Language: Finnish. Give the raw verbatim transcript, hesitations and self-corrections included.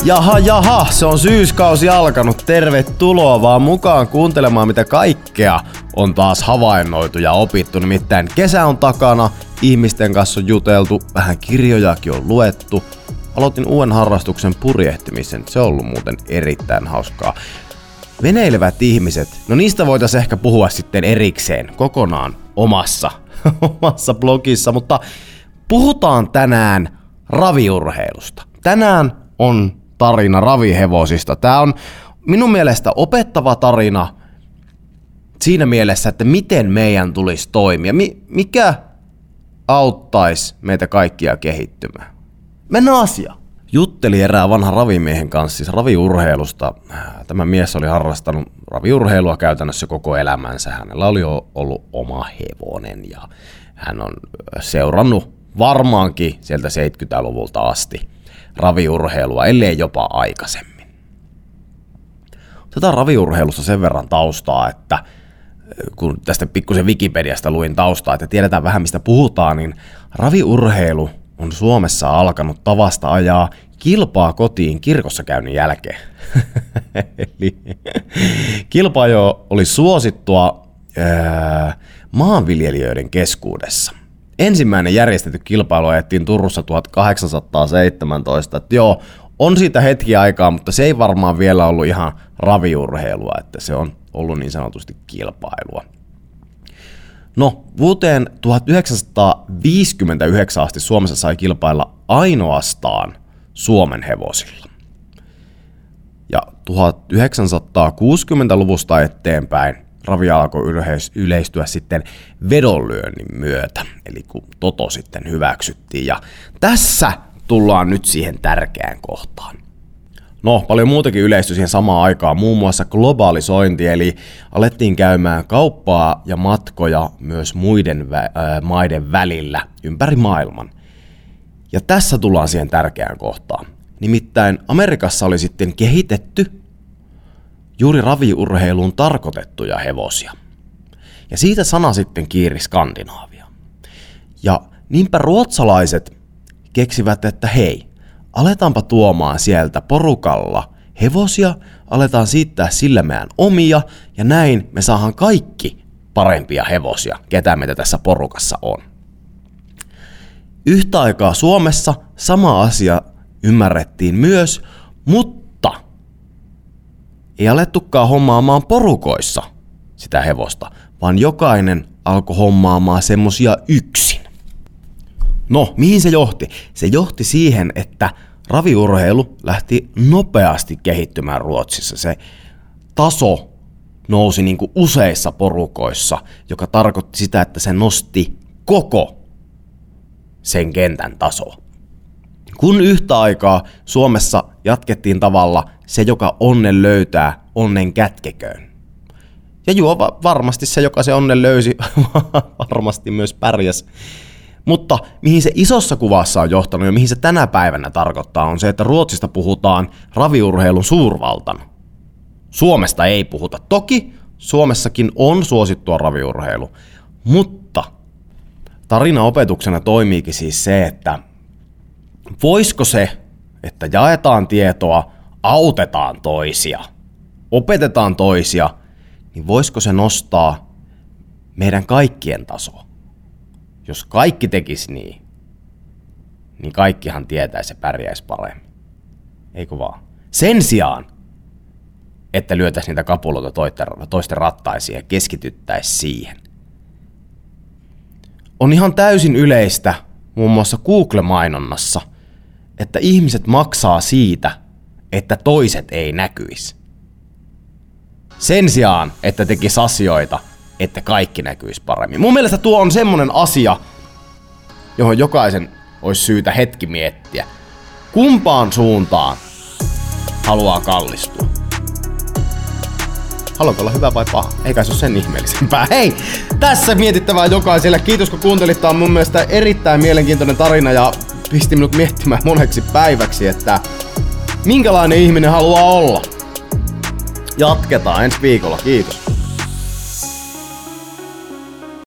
Jaha, jaha, se on syyskausi alkanut. Tervetuloa vaan mukaan kuuntelemaan, mitä kaikkea on taas havainnoitu ja opittu. Nimittäin kesä on takana, ihmisten kanssa on juteltu, vähän kirjojakin on luettu. Aloitin uuden harrastuksen purjehtimisen, se on ollut muuten erittäin hauskaa. Veneilevät ihmiset, no niistä voitaisiin ehkä puhua sitten erikseen, kokonaan omassa, omassa blogissa, mutta puhutaan tänään raviurheilusta. Tänään on tarina ravihevosista. Tää on minun mielestä opettava tarina siinä mielessä, että miten meidän tulisi toimia. Mi- mikä auttaisi meitä kaikkia kehittymään? Mennään asiaan. Jutteli erään vanhan ravimiehen kanssa siis raviurheilusta. Tämä mies oli harrastanut raviurheilua käytännössä koko elämänsä. Hänellä oli jo ollut oma hevonen ja hän on seurannut varmaankin sieltä seitsemänkymmentäluvulta asti raviurheilua, ellei jopa aikaisemmin. Otetaan raviurheilusta sen verran taustaa, että kun tästä pikkusen Wikipediasta luin taustaa, että tiedetään vähän mistä puhutaan, niin raviurheilu on Suomessa alkanut tavasta ajaa kilpaa kotiin kirkossa käynnin jälkeen. Eli kilpa-ajo oli suosittua ää, maanviljelijöiden keskuudessa. Ensimmäinen järjestetty kilpailu ajettiin Turussa tuhatkahdeksansataaseitsemäntoista. Että joo, on siitä hetki aikaa, mutta se ei varmaan vielä ollut ihan raviurheilua, että se on ollut niin sanotusti kilpailua. No, vuoteen tuhatyhdeksänsataaviisikymmentäyhdeksän asti Suomessa sai kilpailla ainoastaan Suomen hevosilla. Ja tuhatyhdeksänsataakuusikymmentäluvusta eteenpäin ravi alkoi yleistyä sitten vedonlyönnin myötä, eli kun toto sitten hyväksyttiin. Ja tässä tullaan nyt siihen tärkeään kohtaan. No, paljon muutakin yleistyi siihen samaan aikaan, muun muassa globalisointi, eli alettiin käymään kauppaa ja matkoja myös muiden vä- äh, maiden välillä ympäri maailman. Ja tässä tullaan siihen tärkeään kohtaan. Nimittäin Amerikassa oli sitten kehitetty juuri raviurheiluun tarkoitettuja hevosia. Ja siitä sana sitten kiiri Skandinaavia. Ja niinpä ruotsalaiset keksivät, että hei, aletaanpa tuomaan sieltä porukalla hevosia, aletaan siittää sillä meidän omia, ja näin me saadaan kaikki parempia hevosia, ketä meitä tässä porukassa on. Yhtä aikaa Suomessa sama asia ymmärrettiin myös, mutta ei alettukaan hommaamaan porukoissa sitä hevosta, vaan jokainen alkoi hommaamaan semmosia yksin. No, mihin se johti? Se johti siihen, että raviurheilu lähti nopeasti kehittymään Ruotsissa. Se taso nousi niin kuin useissa porukoissa, joka tarkoitti sitä, että se nosti koko sen kentän tasoa. Kun yhtä aikaa Suomessa jatkettiin tavalla se, joka onnen löytää, onnen kätkeköön. Ja juo varmasti se, joka se onnen löysi, varmasti myös pärjäs. Mutta mihin se isossa kuvassa on johtanut ja mihin se tänä päivänä tarkoittaa, on se, että Ruotsista puhutaan raviurheilun suurvaltana. Suomesta ei puhuta. Toki Suomessakin on suosittua raviurheilu, mutta tarinaopetuksena toimiikin siis se, että voisiko se, että jaetaan tietoa, autetaan toisia, opetetaan toisia, niin voisiko se nostaa meidän kaikkien tasoa? Jos kaikki tekisi niin, niin kaikkihan tietäisi ja pärjäisi paremmin. Eikö vaan? Sen sijaan, että lyötäisiin niitä kapuloita toisten rattaisiin ja keskityttäisiin siihen. On ihan täysin yleistä, muun muassa Google-mainonnassa, että ihmiset maksaa siitä, että toiset ei näkyisi. Sen sijaan, että tekisi asioita, että kaikki näkyisi paremmin. Mun mielestä tuo on semmonen asia, johon jokaisen olisi syytä hetki miettiä. Kumpaan suuntaan haluaa kallistua? Haluatko olla hyvä vai paha? Eikä se ole sen ihmeellisempää. Hei! Tässä mietittävää jokaiselle. Kiitos kun kuuntelit. Tää on mun mielestä erittäin mielenkiintoinen tarina ja pisti minut miettimään moneksi päiväksi, että minkälainen ihminen haluaa olla. Jatketaan ensi viikolla. Kiitos.